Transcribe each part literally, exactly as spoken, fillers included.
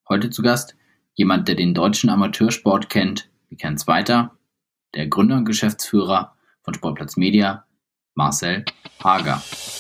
Heute zu Gast jemand, der den deutschen Amateursport kennt wie kein zweiter, der Gründer und Geschäftsführer von Sportplatz Media, Marcel Hager.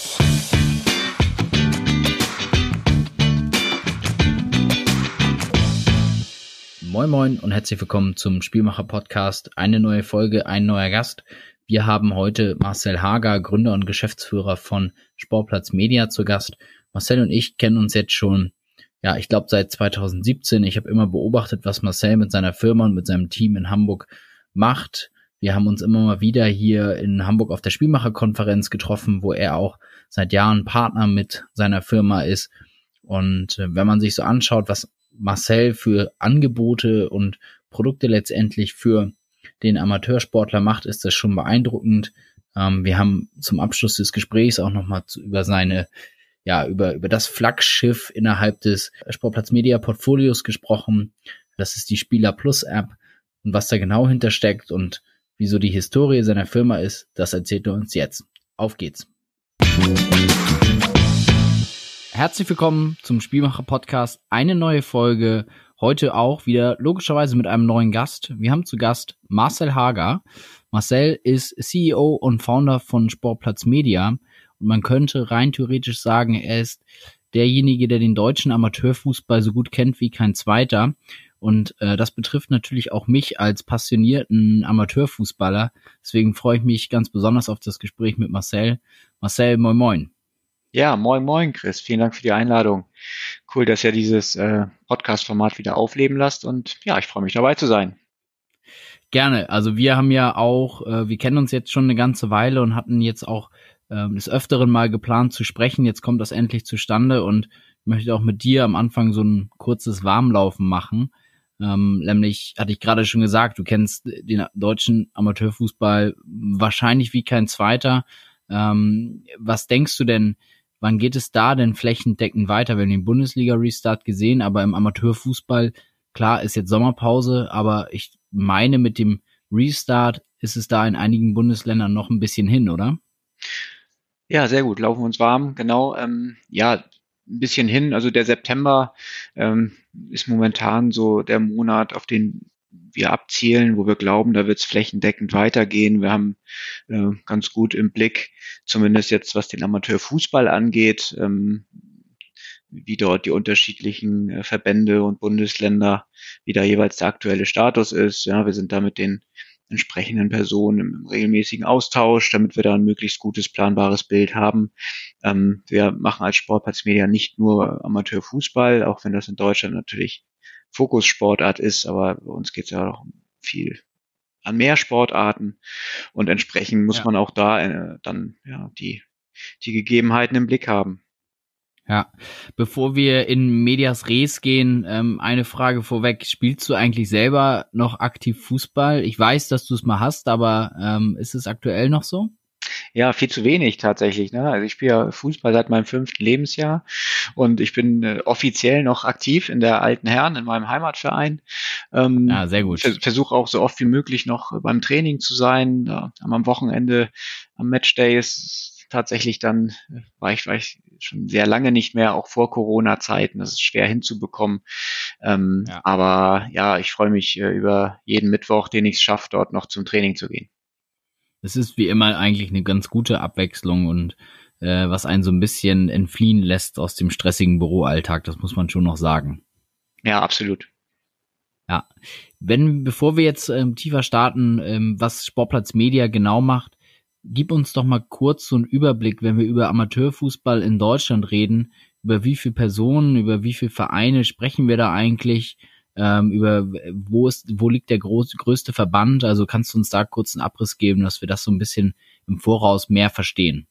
Moin Moin und herzlich willkommen zum Spielmacher-Podcast. Eine neue Folge, ein neuer Gast. Wir haben heute Marcel Hager, Gründer und Geschäftsführer von Sportplatz Media, zu Gast. Marcel und ich kennen uns jetzt schon, ja, ich glaube seit zwanzig siebzehn. Ich habe immer beobachtet, was Marcel mit seiner Firma und mit seinem Team in Hamburg macht. Wir haben uns immer mal wieder hier in Hamburg auf der Spielmacher-Konferenz getroffen, wo er auch seit Jahren Partner mit seiner Firma ist. Und äh, wenn man sich so anschaut, was Marcel für Angebote und Produkte letztendlich für den Amateursportler macht, ist das schon beeindruckend. Ähm, wir haben zum Abschluss des Gesprächs auch nochmal über seine, ja, über, über das Flaggschiff innerhalb des Sportplatz Media Portfolios gesprochen. Das ist die Spieler Plus App, und was da genau hintersteckt und wieso die Historie seiner Firma ist, das erzählt er uns jetzt. Auf geht's. Herzlich willkommen zum Spielmacher-Podcast. Eine neue Folge, heute auch wieder logischerweise mit einem neuen Gast. Wir haben zu Gast Marcel Hager. Marcel ist C E O und Founder von Sportplatz Media. Und man könnte rein theoretisch sagen, er ist derjenige, der den deutschen Amateurfußball so gut kennt wie kein zweiter. Und äh, das betrifft natürlich auch mich als passionierten Amateurfußballer. Deswegen freue ich mich ganz besonders auf das Gespräch mit Marcel. Marcel, moin moin. Ja, moin moin Chris, vielen Dank für die Einladung. Cool, dass ihr dieses äh, Podcast-Format wieder aufleben lasst, und ja, ich freue mich dabei zu sein. Gerne, also wir haben ja auch, äh, wir kennen uns jetzt schon eine ganze Weile und hatten jetzt auch äh, des Öfteren mal geplant zu sprechen. Jetzt kommt das endlich zustande, und ich möchte auch mit dir am Anfang so ein kurzes Warmlaufen machen. Ähm, nämlich, hatte ich gerade schon gesagt, du kennst den deutschen Amateurfußball wahrscheinlich wie kein zweiter. Ähm, was denkst du denn, wann geht es da denn flächendeckend weiter? Wir haben den Bundesliga-Restart gesehen, aber im Amateurfußball, klar, ist jetzt Sommerpause, aber ich meine, mit dem Restart ist es da in einigen Bundesländern noch ein bisschen hin, oder? Ja, sehr gut, laufen wir uns warm, genau. Ähm, ja, ein bisschen hin. Also der September ähm, ist momentan so der Monat, auf den wir abzielen, wo wir glauben, da wird es flächendeckend weitergehen. Wir haben äh, ganz gut im Blick, zumindest jetzt was den Amateurfußball angeht, ähm, wie dort die unterschiedlichen äh, Verbände und Bundesländer, wie da jeweils der aktuelle Status ist. Ja, wir sind da mit den entsprechenden Personen im, im regelmäßigen Austausch, damit wir da ein möglichst gutes, planbares Bild haben. Ähm, wir machen als Sportplatz Media nicht nur Amateurfußball, auch wenn das in Deutschland natürlich Fokussportart ist, aber bei uns geht es ja auch viel an mehr Sportarten, und entsprechend muss Ja. man auch da äh, dann ja die die Gegebenheiten im Blick haben. Ja, bevor wir in Medias Res gehen, ähm, eine Frage vorweg. Spielst du eigentlich selber noch aktiv Fußball? Ich weiß, dass du es mal hast, aber ähm, ist es aktuell noch so? Ja, viel zu wenig tatsächlich. Ne? Also ich spiele ja Fußball seit meinem fünften Lebensjahr, und ich bin äh, offiziell noch aktiv in der Alten Herren, in meinem Heimatverein. Ähm, Ja, sehr gut. vers- Versuche auch so oft wie möglich noch beim Training zu sein. Ja, am Wochenende, am Matchday ist tatsächlich dann, äh, war ich, war ich schon sehr lange nicht mehr, auch vor Corona-Zeiten. Das ist schwer hinzubekommen. Ähm, Ja. Aber ja, ich freue mich äh, über jeden Mittwoch, den ich es schaffe, dort noch zum Training zu gehen. Es ist wie immer eigentlich eine ganz gute Abwechslung und äh, was einen so ein bisschen entfliehen lässt aus dem stressigen Büroalltag, das muss man schon noch sagen. Ja, absolut. Ja, wenn, bevor wir jetzt ähm, tiefer starten, ähm, was Sportplatz Media genau macht, gib uns doch mal kurz so einen Überblick, wenn wir über Amateurfußball in Deutschland reden, über wie viele Personen, über wie viele Vereine sprechen wir da eigentlich, ähm, über wo ist, wo liegt der groß, größte Verband? Also kannst du uns da kurz einen Abriss geben, dass wir das so ein bisschen im Voraus mehr verstehen?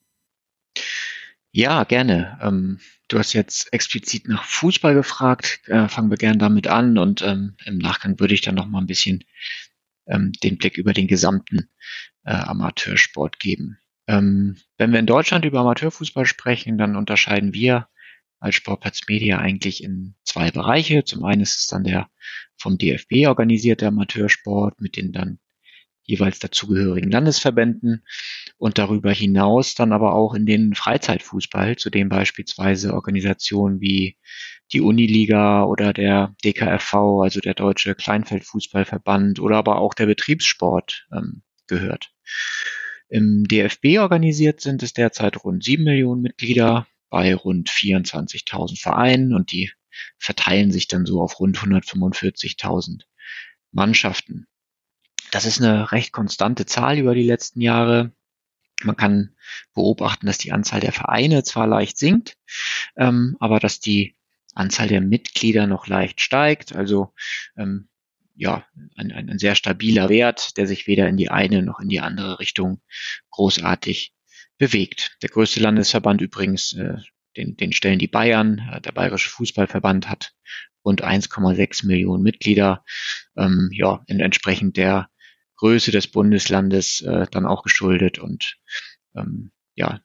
Ja, gerne. Ähm, du hast jetzt explizit nach Fußball gefragt. Äh, fangen wir gerne damit an, und ähm, im Nachgang würde ich dann noch mal ein bisschen ähm, den Blick über den gesamten äh, Amateursport geben. Ähm, wenn wir in Deutschland über Amateurfußball sprechen, dann unterscheiden wir als Sportplatz Media eigentlich in zwei Bereiche. Zum einen ist es dann der vom D F B organisierte Amateursport mit den dann jeweils dazugehörigen Landesverbänden, und darüber hinaus dann aber auch in den Freizeitfußball, zu dem beispielsweise Organisationen wie die Uniliga oder der D K F V, also der Deutsche Kleinfeldfußballverband oder aber auch der Betriebssport ähm, gehört. Im D F B organisiert sind es derzeit rund sieben Millionen Mitglieder bei rund vierundzwanzigtausend Vereinen und die verteilen sich dann so auf rund hundertfünfundvierzigtausend Mannschaften. Das ist eine recht konstante Zahl über die letzten Jahre. Man kann beobachten, dass die Anzahl der Vereine zwar leicht sinkt, ähm, aber dass die Anzahl der Mitglieder noch leicht steigt. Also ähm, ja, ein, ein, ein sehr stabiler Wert, der sich weder in die eine noch in die andere Richtung großartig bewegt. Der größte Landesverband übrigens, äh, den, den stellen die Bayern. Äh, der Bayerische Fußballverband hat rund eins Komma sechs Millionen Mitglieder. Ähm, ja, in, entsprechend der Größe des Bundeslandes äh, dann auch geschuldet und ähm, ja,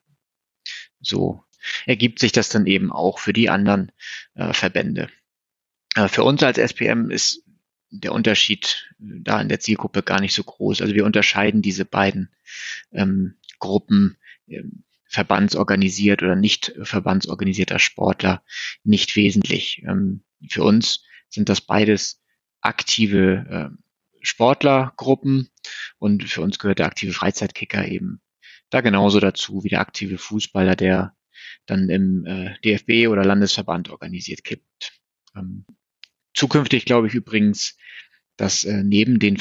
so ergibt sich das dann eben auch für die anderen äh, Verbände. Äh, für uns als S P M ist der Unterschied da in der Zielgruppe gar nicht so groß. Also wir unterscheiden diese beiden ähm, Gruppen, ähm, verbandsorganisiert oder nicht verbandsorganisierter Sportler, nicht wesentlich. Ähm, für uns sind das beides aktive äh, Sportlergruppen und für uns gehört der aktive Freizeitkicker eben da genauso dazu wie der aktive Fußballer, der dann im äh, D F B oder Landesverband organisiert kippt. Ähm, zukünftig glaube ich übrigens, dass äh, neben den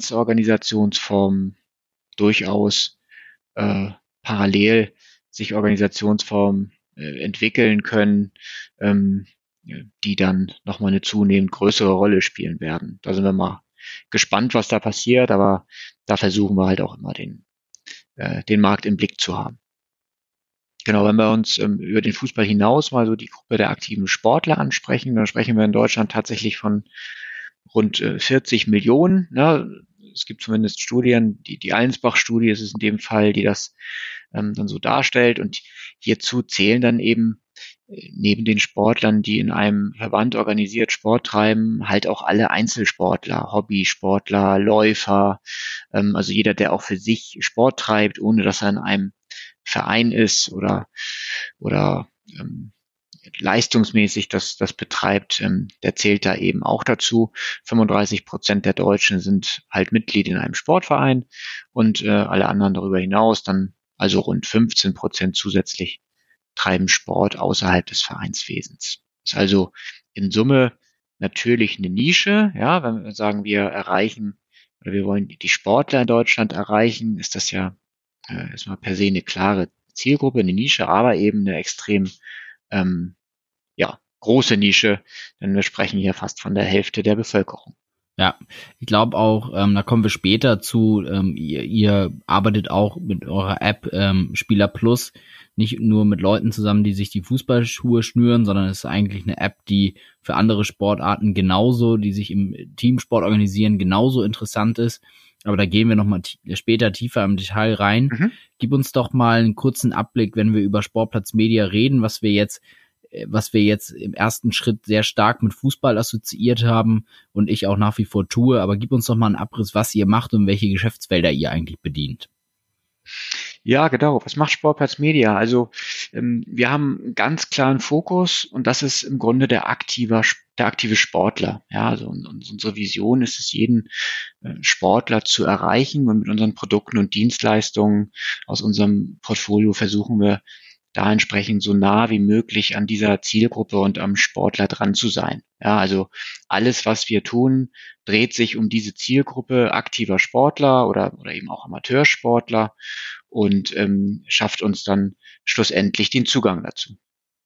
Verbandsorganisationsformen durchaus äh, parallel sich Organisationsformen äh, entwickeln können, ähm, die dann nochmal eine zunehmend größere Rolle spielen werden. Da sind wir mal gespannt, was da passiert, aber da versuchen wir halt auch immer den, äh, den Markt im Blick zu haben. Genau, wenn wir uns ähm, über den Fußball hinaus mal so die Gruppe der aktiven Sportler ansprechen, dann sprechen wir in Deutschland tatsächlich von rund äh, vierzig Millionen. Ne? Es gibt zumindest Studien, die, die Allensbach-Studie ist es in dem Fall, die das ähm, dann so darstellt. Und hierzu zählen dann eben äh, neben den Sportlern, die in einem Verband organisiert Sport treiben, halt auch alle Einzelsportler, Hobbysportler, Läufer, ähm, also jeder, der auch für sich Sport treibt, ohne dass er in einem Verein ist oder oder ähm, leistungsmäßig das das betreibt, ähm, der zählt da eben auch dazu. fünfunddreißig Prozent der Deutschen sind halt Mitglied in einem Sportverein und äh, alle anderen darüber hinaus, dann also rund fünfzehn Prozent zusätzlich, treiben Sport außerhalb des Vereinswesens. Ist also in Summe natürlich eine Nische, ja, wenn wir sagen, wir erreichen oder wir wollen die Sportler in Deutschland erreichen, ist das ja äh, erstmal per se eine klare Zielgruppe, eine Nische, aber eben eine extrem ähm, ja, große Nische, denn wir sprechen hier fast von der Hälfte der Bevölkerung. Ja, ich glaube auch, ähm, da kommen wir später zu, ähm, ihr, ihr arbeitet auch mit eurer App ähm, Spieler Plus nicht nur mit Leuten zusammen, die sich die Fußballschuhe schnüren, sondern es ist eigentlich eine App, die für andere Sportarten genauso, die sich im Teamsport organisieren, genauso interessant ist. Aber da gehen wir nochmal t- später tiefer im Detail rein. Mhm. Gib uns doch mal einen kurzen Abblick, wenn wir über Sportplatz Media reden, was wir jetzt was wir jetzt im ersten Schritt sehr stark mit Fußball assoziiert haben und ich auch nach wie vor tue. Aber gib uns doch mal einen Abriss, was ihr macht und welche Geschäftsfelder ihr eigentlich bedient. Ja, genau. Was macht Sportplatz Media? Also ähm, wir haben einen ganz klaren Fokus und das ist im Grunde der aktive, der aktive Sportler. Ja, also und, und unsere Vision ist es, jeden äh, Sportler zu erreichen und mit unseren Produkten und Dienstleistungen aus unserem Portfolio versuchen wir da entsprechend so nah wie möglich an dieser Zielgruppe und am Sportler dran zu sein. Ja, also alles, was wir tun, dreht sich um diese Zielgruppe aktiver Sportler oder, oder eben auch Amateursportler und ähm, schafft uns dann schlussendlich den Zugang dazu.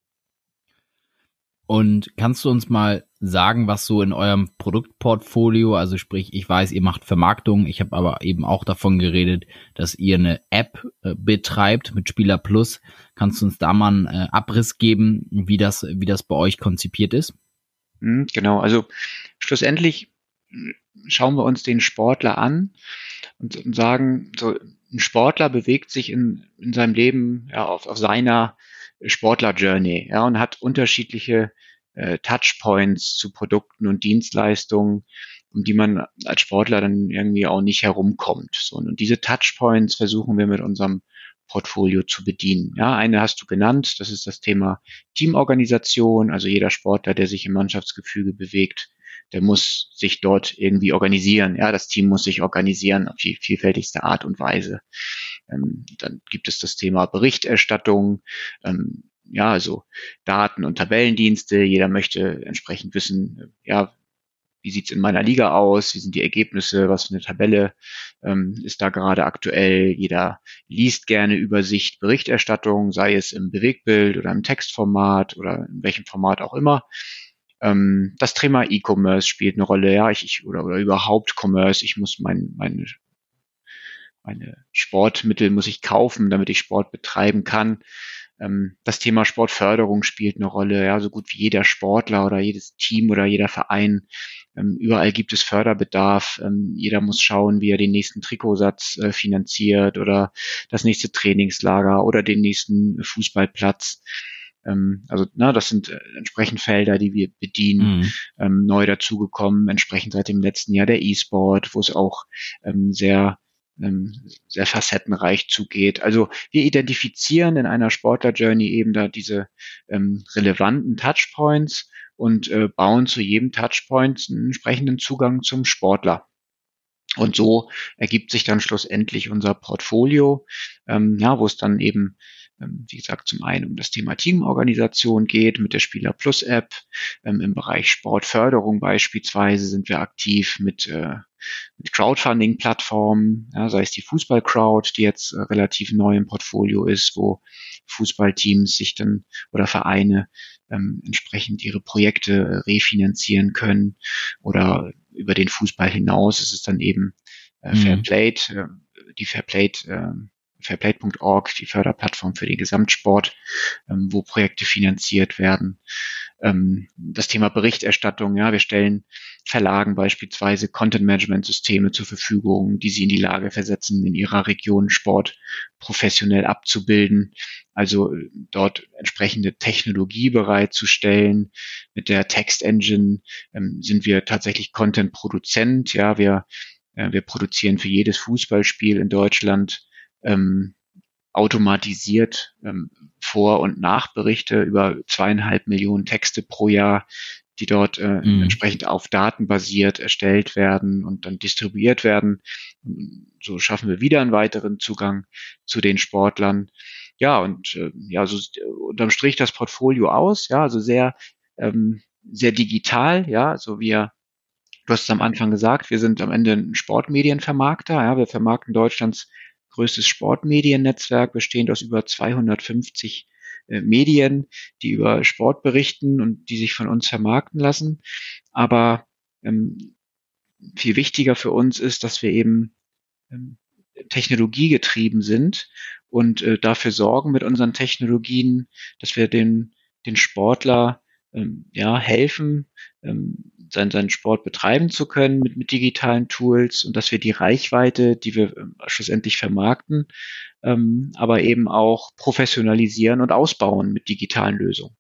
Und kannst du uns mal sagen, was so in eurem Produktportfolio, also sprich, ich weiß, ihr macht Vermarktung, ich habe aber eben auch davon geredet, dass ihr eine App äh, betreibt mit Spieler Plus. Kannst du uns da mal einen äh, Abriss geben, wie das, wie das bei euch konzipiert ist? Mhm, genau, also schlussendlich schauen wir uns den Sportler an und, und sagen, so ein Sportler bewegt sich in, in seinem Leben ja, auf, auf seiner Sportler-Journey, ja, und hat unterschiedliche äh, Touchpoints zu Produkten und Dienstleistungen, um die man als Sportler dann irgendwie auch nicht herumkommt. So, und diese Touchpoints versuchen wir mit unserem Portfolio zu bedienen. Ja, eine hast du genannt, das ist das Thema Teamorganisation. Also jeder Sportler, der sich im Mannschaftsgefüge bewegt, der muss sich dort irgendwie organisieren. Ja, das Team muss sich organisieren auf die vielfältigste Art und Weise. Ähm, dann gibt es das Thema Berichterstattung, ähm, ja, also Daten- und Tabellendienste. Jeder möchte entsprechend wissen, ja, wie sieht's in meiner Liga aus? Wie sind die Ergebnisse? Was für eine Tabelle ähm, ist da gerade aktuell? Jeder liest gerne Übersicht, Berichterstattung, sei es im Bewegtbild oder im Textformat oder in welchem Format auch immer. Ähm, das Thema E-Commerce spielt eine Rolle, ja, ich, ich oder, oder überhaupt Commerce. Ich muss mein, meine, meine Sportmittel muss ich kaufen, damit ich Sport betreiben kann. Ähm, das Thema Sportförderung spielt eine Rolle, ja, so gut wie jeder Sportler oder jedes Team oder jeder Verein. Ähm, überall gibt es Förderbedarf. Ähm, jeder muss schauen, wie er den nächsten Trikotsatz äh, finanziert oder das nächste Trainingslager oder den nächsten Fußballplatz. Ähm, also, na, das sind äh, entsprechend Felder, die wir bedienen. Mhm. Ähm, neu dazugekommen, entsprechend seit dem letzten Jahr der E-Sport, wo es auch ähm, sehr sehr facettenreich zugeht. Also wir identifizieren in einer Sportler-Journey eben da diese ähm, relevanten Touchpoints und äh, bauen zu jedem Touchpoint einen entsprechenden Zugang zum Sportler. Und so ergibt sich dann schlussendlich unser Portfolio, ähm, ja, wo es dann eben, ähm, wie gesagt, zum einen um das Thema Teamorganisation geht mit der Spieler Plus App. Ähm, Im Bereich Sportförderung beispielsweise sind wir aktiv mit, äh, mit Crowdfunding-Plattformen, ja, sei es die Fußball-Crowd, die jetzt äh, relativ neu im Portfolio ist, wo Fußballteams sich dann oder Vereine ähm, entsprechend ihre Projekte äh, refinanzieren können, oder über den Fußball hinaus ist es dann eben äh, Mhm. Fairplay, äh, die Fairplay, äh, fairplay punkt org, die Förderplattform für den Gesamtsport, ähm, wo Projekte finanziert werden. Ähm, das Thema Berichterstattung, ja, wir stellen Verlagen beispielsweise Content-Management-Systeme zur Verfügung, die sie in die Lage versetzen, in ihrer Region Sport professionell abzubilden. Also äh, dort entsprechende Technologie bereitzustellen. Mit der Text-Engine ähm, sind wir tatsächlich Content-Produzent. Ja, wir, äh, wir produzieren für jedes Fußballspiel in Deutschland ähm, automatisiert ähm, Vor- und Nachberichte über zweieinhalb Millionen Texte pro Jahr, die dort äh, Mhm. entsprechend auf Daten basiert erstellt werden und dann distribuiert werden. Und so schaffen wir wieder einen weiteren Zugang zu den Sportlern. Ja, und äh, ja, so äh, unterm Strich das Portfolio aus, ja, also sehr, ähm, sehr digital, ja, also wir Du hast es am Anfang gesagt, wir sind am Ende ein Sportmedienvermarkter. Ja, wir vermarkten Deutschlands größtes Sportmediennetzwerk, bestehend aus über zweihundertfünfzig äh, Medien, die über Sport berichten und die sich von uns vermarkten lassen. Aber ähm, viel wichtiger für uns ist, dass wir eben ähm, technologiegetrieben sind und äh, dafür sorgen mit unseren Technologien, dass wir den, den Sportler ähm, ja, helfen, ähm, seinen, seinen Sport betreiben zu können mit, mit digitalen Tools, und dass wir die Reichweite, die wir ähm, schlussendlich vermarkten, ähm, aber eben auch professionalisieren und ausbauen mit digitalen Lösungen.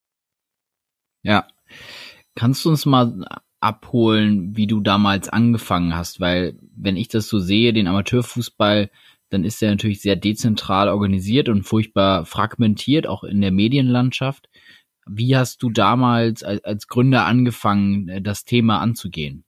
Ja. Kannst du uns mal abholen, wie du damals angefangen hast? Weil, wenn ich das so sehe, den Amateurfußball, dann ist der natürlich sehr dezentral organisiert und furchtbar fragmentiert, auch in der Medienlandschaft. Wie hast du damals als, als Gründer angefangen, das Thema anzugehen?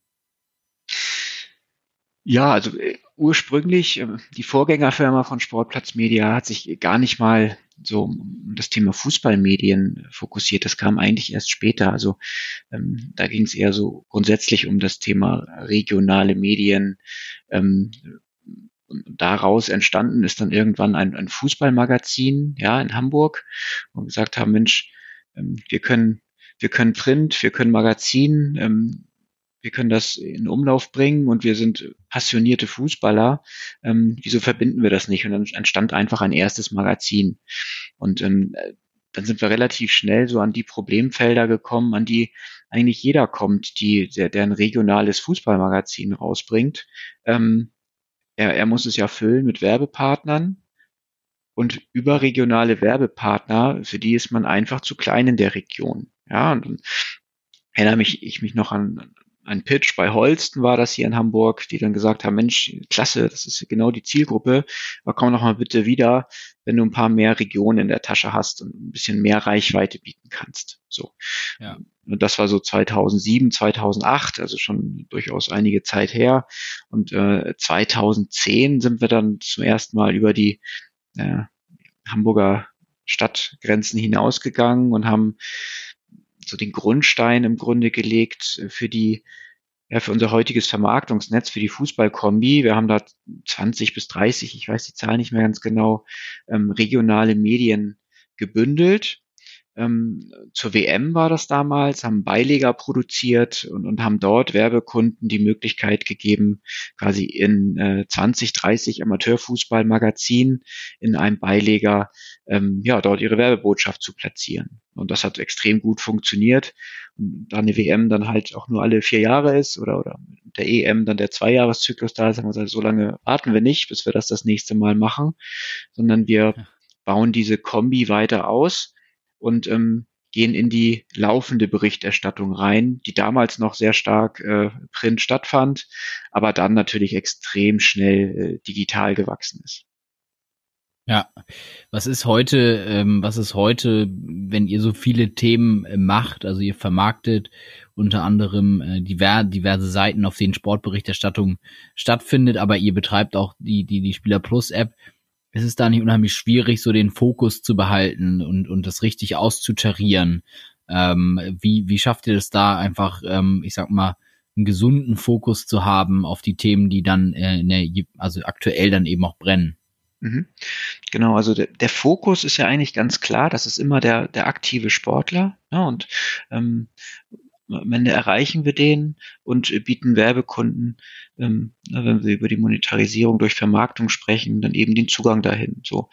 Ja, also äh, ursprünglich, äh, die Vorgängerfirma von Sportplatz Media hat sich gar nicht mal so um das Thema Fußballmedien fokussiert. Das kam eigentlich erst später. Also ähm, da ging es eher so grundsätzlich um das Thema regionale Medien. Ähm, und daraus entstanden ist dann irgendwann ein, ein Fußballmagazin, ja, in Hamburg, wo wir gesagt haben, Mensch, ähm, wir können, wir können Print, wir können Magazin, ähm, wir können das in Umlauf bringen und wir sind passionierte Fußballer. Ähm, wieso verbinden wir das nicht? Und dann entstand einfach ein erstes Magazin. Und ähm, dann sind wir relativ schnell so an die Problemfelder gekommen, an die eigentlich jeder kommt, die, der, der ein regionales Fußballmagazin rausbringt. Ähm, er, er muss es ja füllen mit Werbepartnern, und überregionale Werbepartner, für die ist man einfach zu klein in der Region. Ja, und dann erinnere mich, ich mich noch an einen Pitch bei Holsten, war das hier in Hamburg, die dann gesagt haben, Mensch, klasse, das ist genau die Zielgruppe, aber komm noch mal bitte wieder, wenn du ein paar mehr Regionen in der Tasche hast und ein bisschen mehr Reichweite bieten kannst. So. Ja. Und das war so zweitausendsieben, zweitausendacht, also schon durchaus einige Zeit her. Und äh, zweitausendzehn sind wir dann zum ersten Mal über die äh, Hamburger Stadtgrenzen hinausgegangen und haben so den Grundstein im Grunde gelegt für die, ja, für unser heutiges Vermarktungsnetz, für die Fußballkombi. Wir haben da zwanzig bis dreißig, ich weiß die Zahl nicht mehr ganz genau, ähm, regionale Medien gebündelt. Ähm, zur W M war das damals, haben Beileger produziert und, und haben dort Werbekunden die Möglichkeit gegeben, quasi in äh, zwanzig, dreißig Amateurfußballmagazinen in einem Beileger ähm, ja dort ihre Werbebotschaft zu platzieren. Und das hat extrem gut funktioniert. Und da eine W M dann halt auch nur alle vier Jahre ist oder, oder der E M dann der Zweijahreszyklus da ist, haben wir gesagt, so lange warten wir nicht, bis wir das das nächste Mal machen, sondern wir bauen diese Kombi weiter aus und ähm, gehen in die laufende Berichterstattung rein, die damals noch sehr stark äh, Print stattfand, aber dann natürlich extrem schnell äh, digital gewachsen ist. Ja, was ist heute, ähm, was ist heute, wenn ihr so viele Themen äh, macht, also ihr vermarktet unter anderem äh, diver diverse Seiten, auf denen Sportberichterstattung stattfindet, aber ihr betreibt auch die die die Spieler Plus App. Ist es da nicht unheimlich schwierig, so den Fokus zu behalten und und das richtig auszutarieren? Ähm, wie wie schafft ihr das da einfach, ähm, ich sag mal, einen gesunden Fokus zu haben auf die Themen, die dann äh, in der, also aktuell dann eben auch brennen? Mhm. Genau, also der, der Fokus ist ja eigentlich ganz klar, das ist immer der, der aktive Sportler, ja, und ähm, am Ende erreichen wir den und bieten Werbekunden, ähm, wenn wir über die Monetarisierung durch Vermarktung sprechen, dann eben den Zugang dahin. So,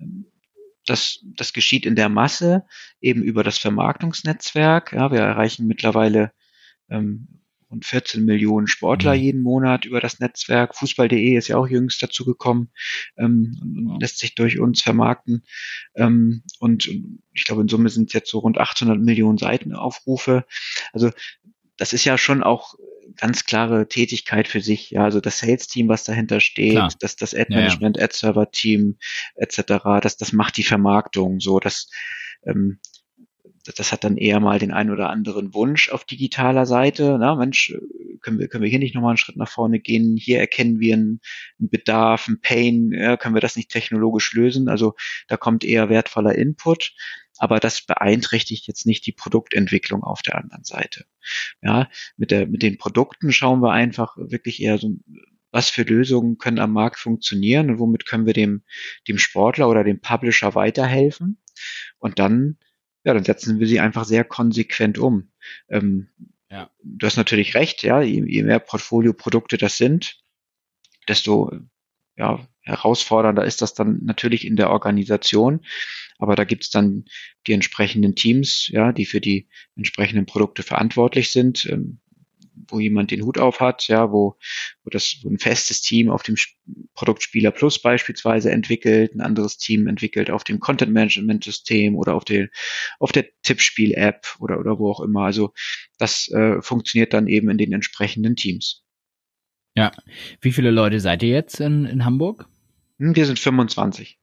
das, das geschieht in der Masse eben über das Vermarktungsnetzwerk. Ja, wir erreichen mittlerweile ähm, rund vierzehn Millionen Sportler Mhm. jeden Monat über das Netzwerk. Fußball punkt de ist ja auch jüngst dazu gekommen ähm, und Wow. lässt sich durch uns vermarkten. Ähm, und ich glaube, in Summe sind es jetzt so rund achthundert Millionen Seitenaufrufe. Also das ist ja schon auch ganz klare Tätigkeit für sich. Ja, also das Sales-Team, was dahinter steht, Klar. das, das Ja, ja. Ad-Management, Ad-Server-Team et cetera, das, das macht die Vermarktung so, dass ähm, das hat dann eher mal den einen oder anderen Wunsch auf digitaler Seite. Na, Mensch, können wir, können wir hier nicht nochmal einen Schritt nach vorne gehen? Hier erkennen wir einen, einen Bedarf, einen Pain. Ja, können wir das nicht technologisch lösen? Also da kommt eher wertvoller Input. Aber das beeinträchtigt jetzt nicht die Produktentwicklung auf der anderen Seite. Ja, mit der, mit den Produkten schauen wir einfach wirklich eher so, was für Lösungen können am Markt funktionieren und womit können wir dem, dem Sportler oder dem Publisher weiterhelfen? Und dann ja, dann setzen wir sie einfach sehr konsequent um. Ähm, Ja. Du hast natürlich recht, ja, je, je mehr Portfolio-Produkte das sind, desto ja, herausfordernder ist das dann natürlich in der Organisation. Aber da gibt's dann die entsprechenden Teams, ja, die für die entsprechenden Produkte verantwortlich sind, ähm, wo jemand den Hut auf hat, ja, wo, wo das wo ein festes Team auf dem Produkt Spieler Plus beispielsweise entwickelt, ein anderes Team entwickelt auf dem Content Management System oder auf der auf der Tippspiel App oder oder wo auch immer. Also das äh, funktioniert dann eben in den entsprechenden Teams. Ja. Wie viele Leute seid ihr jetzt in, in Hamburg? Hm, Wir sind fünfundzwanzig.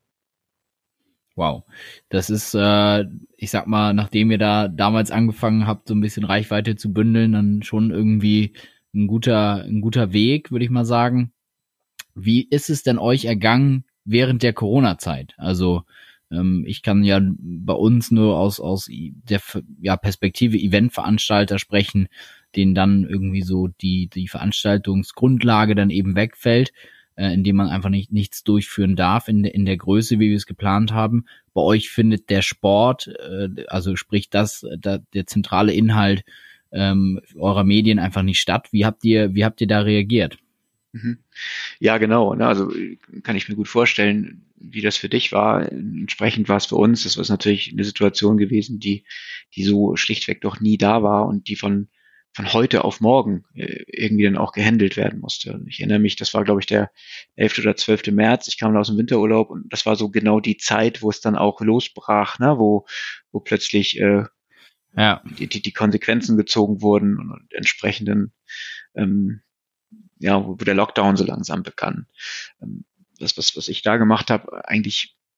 Wow. Das ist, äh, ich sag mal, nachdem ihr da damals angefangen habt, so ein bisschen Reichweite zu bündeln, dann schon irgendwie ein guter, ein guter Weg, würde ich mal sagen. Wie ist es denn euch ergangen während der Corona-Zeit? Also ähm, ich kann ja bei uns nur aus aus der ja, Perspektive Eventveranstalter sprechen, denen dann irgendwie so die die Veranstaltungsgrundlage dann eben wegfällt, äh, indem man einfach nicht nichts durchführen darf in der in der Größe, wie wir es geplant haben. Bei euch findet der Sport, äh, also sprich das, da, der zentrale Inhalt ähm, eurer Medien einfach nicht statt. Wie habt ihr wie habt ihr da reagiert? Mhm. Ja, genau. Ne? Also kann ich mir gut vorstellen, wie das für dich war. Entsprechend war es für uns. Das war natürlich eine Situation gewesen, die, die so schlichtweg doch nie da war und die von, von heute auf morgen äh, irgendwie dann auch gehandelt werden musste. Ich erinnere mich, das war, glaube ich, der elfte oder zwölfte März. Ich kam aus dem Winterurlaub und das war so genau die Zeit, wo es dann auch losbrach, ne? wo, wo plötzlich äh, Ja. die, die, die Konsequenzen gezogen wurden und, und entsprechenden ähm, ja, wo der Lockdown so langsam begann. Das, was, was ich da gemacht habe, eigentlich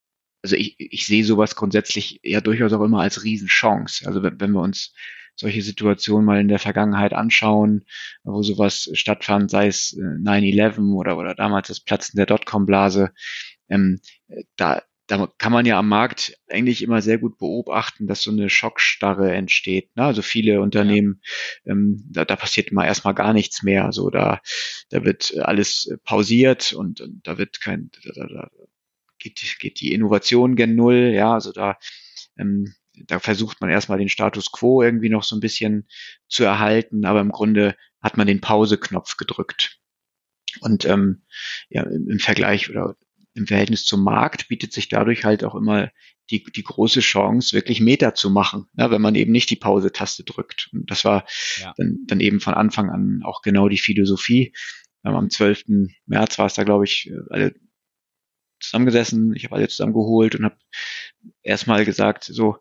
also ich, ich sehe sowas grundsätzlich ja durchaus auch immer als Riesenchance. Also wenn, wenn wir uns solche Situationen mal in der Vergangenheit anschauen, wo sowas stattfand, sei es nine eleven oder, oder damals das Platzen der Dotcom-Blase, ähm, da, da kann man ja am Markt eigentlich immer sehr gut beobachten, dass so eine Schockstarre entsteht. Ne? Also viele Unternehmen, ja. ähm, da, da passiert mal erstmal gar nichts mehr. Also da, da wird alles pausiert und, und da wird kein, da, da, da geht, geht die Innovation gen Null. Ja, also da, ähm, da versucht man erstmal den Status quo irgendwie noch so ein bisschen zu erhalten, aber im Grunde hat man den Pause-Knopf gedrückt. Und ähm, ja, im, im Vergleich oder im Verhältnis zum Markt bietet sich dadurch halt auch immer die, die große Chance, wirklich Meter zu machen, ja, wenn man eben nicht die Pause-Taste drückt. Und das war ja. dann, dann eben von Anfang an auch genau die Philosophie. Ähm, am zwölften März war es da, glaube ich, alle zusammengesessen, ich habe alle zusammengeholt und habe erstmal gesagt, so,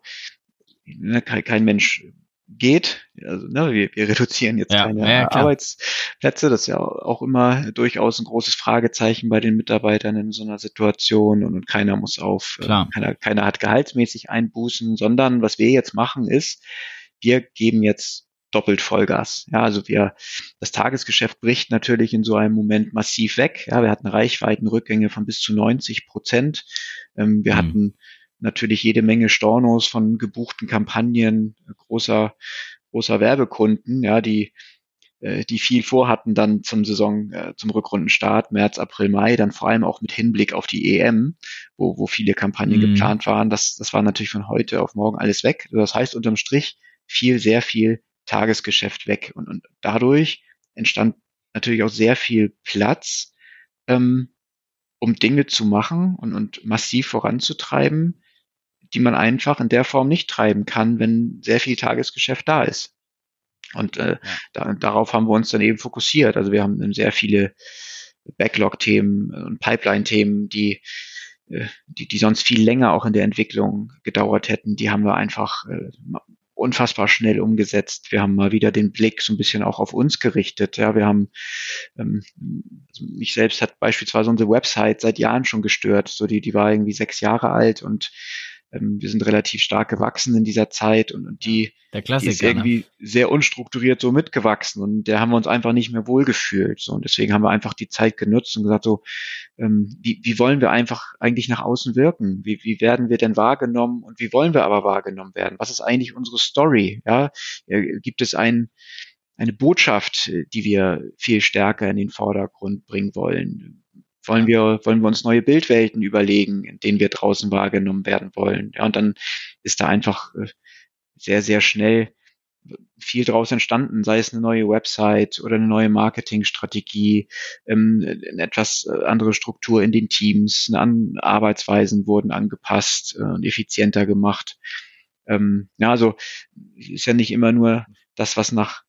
ne, kein, kein Mensch geht, also ne, wir, wir reduzieren jetzt ja, keine ja, Arbeitsplätze, das ist ja auch immer durchaus ein großes Fragezeichen bei den Mitarbeitern in so einer Situation und, und keiner muss auf, äh, keiner, keiner hat gehaltsmäßig Einbußen, sondern was wir jetzt machen ist, wir geben jetzt doppelt Vollgas. Ja, also wir, das Tagesgeschäft bricht natürlich in so einem Moment massiv weg. Ja, wir hatten Reichweitenrückgänge von bis zu neunzig Prozent. Ähm, wir mhm. hatten natürlich jede Menge Stornos von gebuchten Kampagnen, großer, großer Werbekunden, ja, die, äh, die viel vorhatten dann zum Saison, äh, zum Rückrundenstart, März, April, Mai, dann vor allem auch mit Hinblick auf die E M, wo, wo viele Kampagnen mhm. geplant waren. Das, das war natürlich von heute auf morgen alles weg. Das heißt, unterm Strich viel, sehr viel Tagesgeschäft weg. Und, und dadurch entstand natürlich auch sehr viel Platz, ähm, um Dinge zu machen und, und massiv voranzutreiben, die man einfach in der Form nicht treiben kann, wenn sehr viel Tagesgeschäft da ist. Und äh, ja. da, darauf haben wir uns dann eben fokussiert. Also wir haben sehr viele Backlog-Themen und Pipeline-Themen, die, äh, die, die sonst viel länger auch in der Entwicklung gedauert hätten. Die haben wir einfach äh, unfassbar schnell umgesetzt. Wir haben mal wieder den Blick so ein bisschen auch auf uns gerichtet. Ja, wir haben, ähm, also mich selbst hat beispielsweise unsere Website seit Jahren schon gestört. So die, die war irgendwie sechs Jahre alt und ähm, wir sind relativ stark gewachsen in dieser Zeit und, und die, die ist irgendwie ne? sehr unstrukturiert so mitgewachsen und der haben wir uns einfach nicht mehr wohlgefühlt. So und deswegen haben wir einfach die Zeit genutzt und gesagt so, ähm, wie, wie wollen wir einfach eigentlich nach außen wirken? Wie, wie werden wir denn wahrgenommen und wie wollen wir aber wahrgenommen werden? Was ist eigentlich unsere Story? Ja, gibt es ein, eine Botschaft, die wir viel stärker in den Vordergrund bringen wollen? Wollen wir, wollen wir uns neue Bildwelten überlegen, in denen wir draußen wahrgenommen werden wollen? Ja, und dann ist da einfach sehr, sehr schnell viel draus entstanden, sei es eine neue Website oder eine neue Marketingstrategie, ähm, eine etwas andere Struktur in den Teams, eine Arbeitsweisen wurden angepasst äh, und effizienter gemacht. Ähm, ja, also ist ja nicht immer nur das, was nach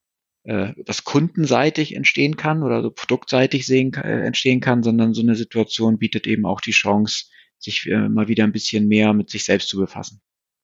was kundenseitig entstehen kann oder so produktseitig sehen, äh, entstehen kann, sondern so eine Situation bietet eben auch die Chance, sich äh, mal wieder ein bisschen mehr mit sich selbst zu befassen.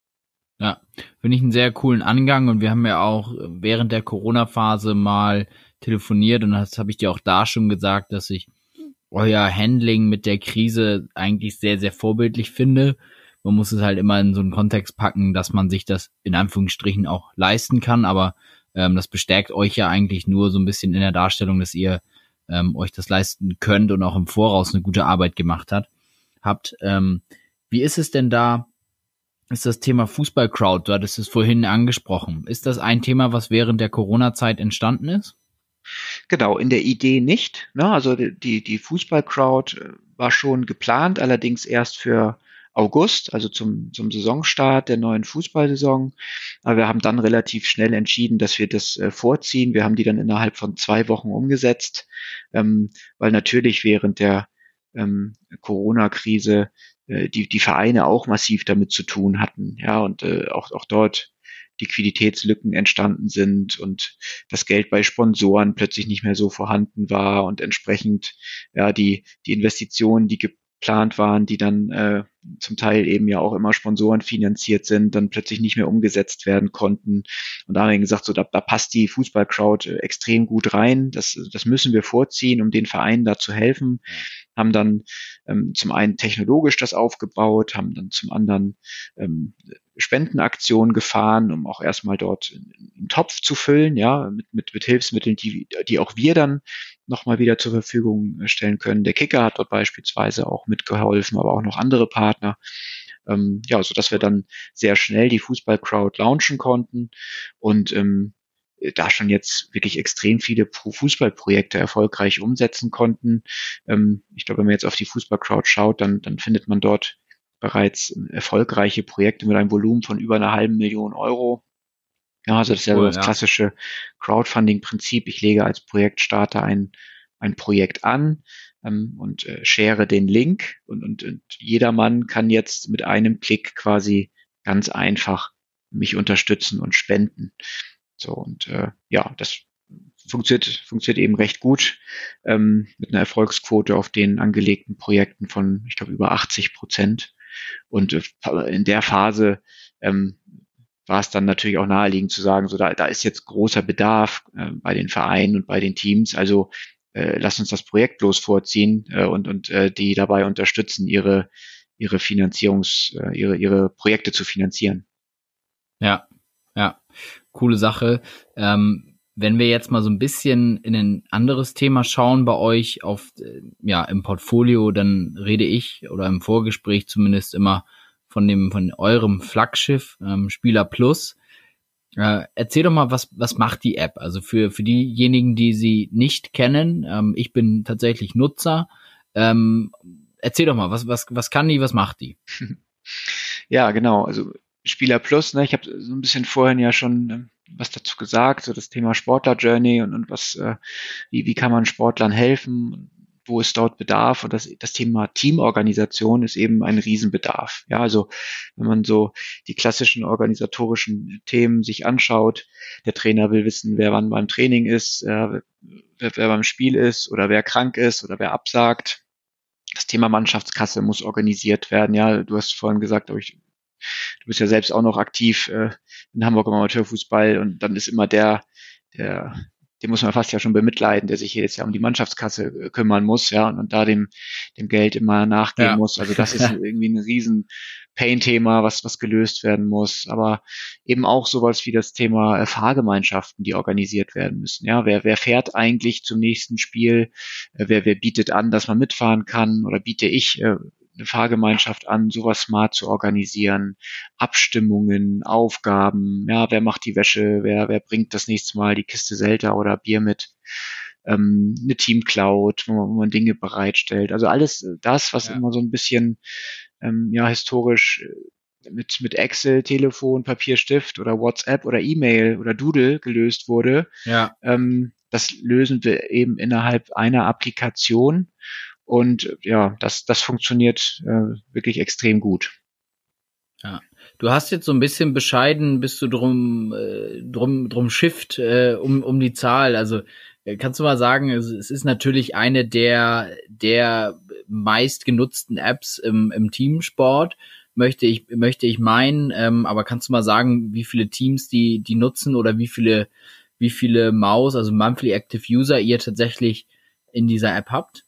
Ja, finde ich einen sehr coolen Angang und wir haben ja auch während der Corona-Phase mal telefoniert und das habe ich dir auch da schon gesagt, dass ich euer Handling mit der Krise eigentlich sehr, sehr vorbildlich finde. Man muss es halt immer in so einen Kontext packen, dass man sich das in Anführungsstrichen auch leisten kann, aber Ähm, das bestärkt euch ja eigentlich nur so ein bisschen in der Darstellung, dass ihr ähm, euch das leisten könnt und auch im Voraus eine gute Arbeit gemacht hat, habt. Ähm, wie ist es denn da, ist das Thema Fußball-Crowd, du hattest es vorhin angesprochen, ist das ein Thema, was während der Corona-Zeit entstanden ist? Genau, in der Idee nicht. Ne? Also die, die Fußball-Crowd war schon geplant, allerdings erst für August, also zum, zum Saisonstart der neuen Fußballsaison. Aber wir haben dann relativ schnell entschieden, dass wir das äh, vorziehen. Wir haben die dann innerhalb von zwei Wochen umgesetzt, ähm, weil natürlich während der ähm, Corona-Krise äh, die, die Vereine auch massiv damit zu tun hatten. Ja, und äh, auch, auch dort Liquiditätslücken entstanden sind und das Geld bei Sponsoren plötzlich nicht mehr so vorhanden war und entsprechend ja die die Investitionen, die geplant waren, die dann äh, zum Teil eben ja auch immer Sponsoren finanziert sind, dann plötzlich nicht mehr umgesetzt werden konnten. Und da haben wir gesagt, so da, da passt die Fußballcrowd äh, extrem gut rein. Das, das müssen wir vorziehen, um den Vereinen da zu helfen. Haben dann ähm, zum einen technologisch das aufgebaut, haben dann zum anderen ähm, Spendenaktionen gefahren, um auch erstmal dort einen Topf zu füllen, ja, mit, mit, mit Hilfsmitteln, die, die auch wir dann nochmal wieder zur Verfügung stellen können. Der Kicker hat dort beispielsweise auch mitgeholfen, aber auch noch andere Partner. Ähm, ja, so dass wir dann sehr schnell die Fußballcrowd launchen konnten und ähm, da schon jetzt wirklich extrem viele Fußballprojekte erfolgreich umsetzen konnten. Ähm, ich glaube, wenn man jetzt auf die Fußballcrowd schaut, dann, dann findet man dort bereits erfolgreiche Projekte mit einem Volumen von über einer halben Million Euro. Ja, also das ist ja Cool, das ja. klassische Crowdfunding-Prinzip. Ich lege als Projektstarter ein, ein Projekt an ähm, und äh, share den Link und, und, und jedermann kann jetzt mit einem Klick quasi ganz einfach mich unterstützen und spenden. So und äh, ja, das funktioniert, funktioniert eben recht gut ähm, mit einer Erfolgsquote auf den angelegten Projekten von, ich glaube, über achtzig Prozent. Und äh, in der Phase ähm, war es dann natürlich auch naheliegend zu sagen, so da, da ist jetzt großer Bedarf äh, bei den Vereinen und bei den Teams. Also äh, lass uns das Projekt bloß vorziehen äh, und und äh, die dabei unterstützen, ihre ihre Finanzierungs, äh, ihre ihre Projekte zu finanzieren. Ja, ja, coole Sache. Ähm, wenn wir jetzt mal so ein bisschen in ein anderes Thema schauen bei euch auf, äh, ja, im Portfolio, dann rede ich oder im Vorgespräch zumindest immer von dem, von eurem Flaggschiff, ähm, Spieler Plus. Äh, erzähl doch mal, was, was macht die App? Also für, für diejenigen, die sie nicht kennen, ähm, ich bin tatsächlich Nutzer. Ähm, erzähl doch mal, was, was, was kann die, was macht die? Ja, genau. Also Spieler Plus, ne, ich habe so ein bisschen vorhin ja schon ähm, was dazu gesagt, so das Thema Sportler Journey und, und was, äh, wie, wie kann man Sportlern helfen, wo ist dort Bedarf und das, das Thema Teamorganisation ist eben ein Riesenbedarf. Ja, also wenn man so die klassischen organisatorischen Themen sich anschaut, der Trainer will wissen, wer wann beim Training ist, äh, wer, wer beim Spiel ist oder wer krank ist oder wer absagt. Das Thema Mannschaftskasse muss organisiert werden. Ja, du hast vorhin gesagt, aber ich, du bist ja selbst auch noch aktiv äh, in Hamburg im Amateurfußball und dann ist immer der, der, den muss man fast ja schon bemitleiden, der sich jetzt ja um die Mannschaftskasse äh, kümmern muss, ja, und, und da dem, dem Geld immer nachgehen Ja. muss. Also das ist irgendwie ein riesen Pain-Thema, was, was gelöst werden muss. Aber eben auch sowas wie das Thema äh, Fahrgemeinschaften, die organisiert werden müssen. Ja, wer, wer fährt eigentlich zum nächsten Spiel? Äh, wer, wer bietet an, dass man mitfahren kann? Oder biete ich äh, eine Fahrgemeinschaft an, sowas smart zu organisieren, Abstimmungen, Aufgaben, ja, wer macht die Wäsche, wer, wer bringt das nächste Mal die Kiste Selter oder Bier mit, ähm, eine Teamcloud, wo man, wo man Dinge bereitstellt. Also alles das, was Ja. immer so ein bisschen, ähm, ja, historisch mit, mit Excel, Telefon, Papier, Stift oder WhatsApp oder E-Mail oder Doodle gelöst wurde, Ja. ähm, das lösen wir eben innerhalb einer Applikation. Und ja, das, das funktioniert äh, wirklich extrem gut. Ja. Du hast jetzt so ein bisschen bescheiden, bist du drum, äh, drum, drum Shift äh, um, um die Zahl. Also äh, kannst du mal sagen, es, es ist natürlich eine der, der meistgenutzten Apps im, im Teamsport, möchte ich, möchte ich meinen. Ähm, aber kannst du mal sagen, wie viele Teams die, die nutzen oder wie viele, wie viele Maus, also Monthly Active User ihr tatsächlich in dieser App habt?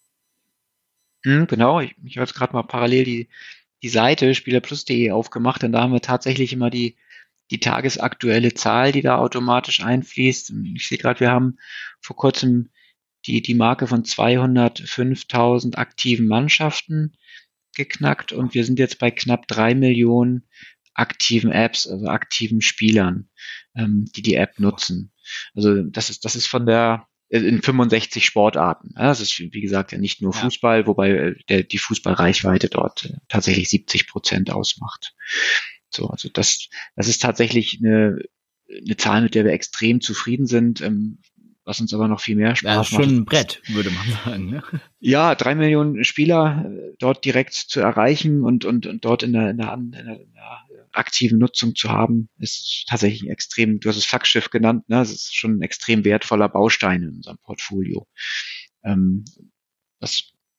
Hm, genau, ich, ich habe jetzt gerade mal parallel die, die Seite spielerplus punkt de aufgemacht, und da haben wir tatsächlich immer die, die tagesaktuelle Zahl, die da automatisch einfließt. Und ich sehe gerade, wir haben vor kurzem die, die Marke von zweihundertfünftausend aktiven Mannschaften geknackt und wir sind jetzt bei knapp drei Millionen aktiven Apps, also aktiven Spielern, ähm, die die App nutzen. Also das ist, das ist von der in fünfundsechzig Sportarten. Ja, das ist, wie gesagt, ja nicht nur Ja. Fußball, wobei der, die Fußballreichweite dort äh, tatsächlich siebzig Prozent ausmacht. So, also das, das ist tatsächlich eine, eine Zahl, mit der wir extrem zufrieden sind. Ähm, was uns aber noch viel mehr Spaß Ja, macht. schon ein Brett, würde man sagen. Ne? Ja, drei Millionen Spieler äh, dort direkt zu erreichen und, und, und dort in der, in, der, in, der, in der aktiven Nutzung zu haben, ist tatsächlich ein extrem, du hast es Flaggschiff genannt, ne? Es ist schon ein extrem wertvoller Baustein in unserem Portfolio. Ähm, das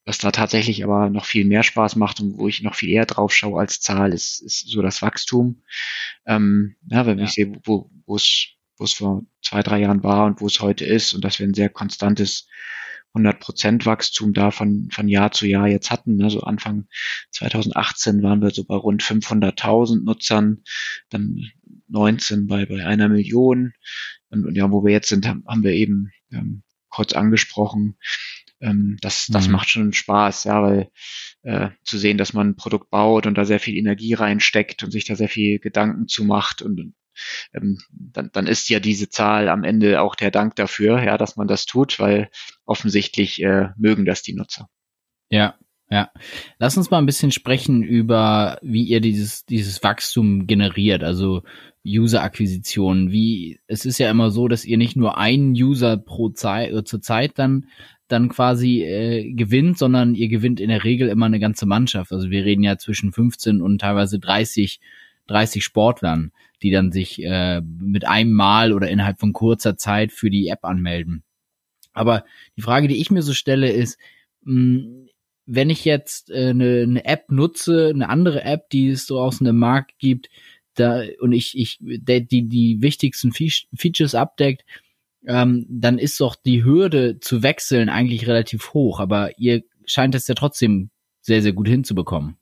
was da tatsächlich aber noch viel mehr Spaß macht und wo ich noch viel eher drauf schaue als Zahl, ist, ist so das Wachstum. Ähm, ja, wenn Ja. ich sehe, wo, wo es, wo es vor zwei, drei Jahren war und wo es heute ist und dass wir ein sehr konstantes hundert Prozent Wachstum da von, von Jahr zu Jahr jetzt hatten. Also Anfang zwanzig achtzehn waren wir so bei rund fünfhunderttausend Nutzern, dann neunzehn bei, bei einer Million. Und, und ja, wo wir jetzt sind, haben, haben wir eben ähm, kurz angesprochen. Ähm, das, das Mhm. macht schon Spaß, ja, weil äh, zu sehen, dass man ein Produkt baut und da sehr viel Energie reinsteckt und sich da sehr viel Gedanken zu macht und ähm, dann, dann ist ja diese Zahl am Ende auch der Dank dafür, ja, dass man das tut, weil offensichtlich äh, mögen das die Nutzer. Ja, ja. Lass uns mal ein bisschen sprechen über, wie ihr dieses, dieses Wachstum generiert, also User-Akquisition. Wie, es ist ja immer so, dass ihr nicht nur einen User pro Zeit, äh, zur Zeit dann, dann quasi äh, gewinnt, sondern ihr gewinnt in der Regel immer eine ganze Mannschaft. Also wir reden ja zwischen fünfzehn und teilweise dreißig, dreißig Sportlern, die dann sich äh, mit einem Mal oder innerhalb von kurzer Zeit für die App anmelden. Aber die Frage, die ich mir so stelle, ist, mh, wenn ich jetzt äh, eine, eine App nutze, eine andere App, die es so aus dem Markt gibt, da und ich ich der, die die wichtigsten Fe- Features abdeckt, ähm, dann ist doch die Hürde zu wechseln eigentlich relativ hoch. Aber ihr scheint es ja trotzdem sehr sehr gut hinzubekommen.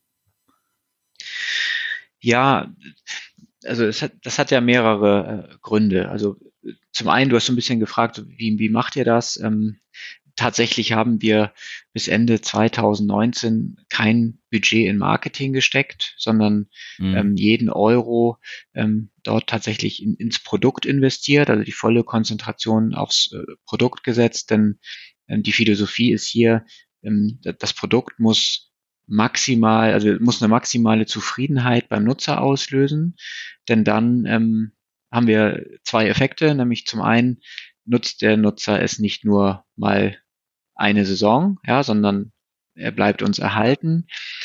Ja, also es hat, das hat ja mehrere äh, Gründe. Also äh, zum einen, du hast so ein bisschen gefragt, wie, wie macht ihr das? Ähm, tatsächlich haben wir bis Ende zwanzig neunzehn kein Budget in Marketing gesteckt, sondern Mhm. ähm, jeden Euro ähm, dort tatsächlich in, ins Produkt investiert, also die volle Konzentration aufs äh, Produkt gesetzt, denn ähm, die Philosophie ist hier, ähm, das Produkt muss maximal, also muss eine maximale Zufriedenheit beim Nutzer auslösen, denn dann ähm, haben wir zwei Effekte, nämlich zum einen nutzt der Nutzer es nicht nur mal eine Saison, ja, sondern er bleibt uns erhalten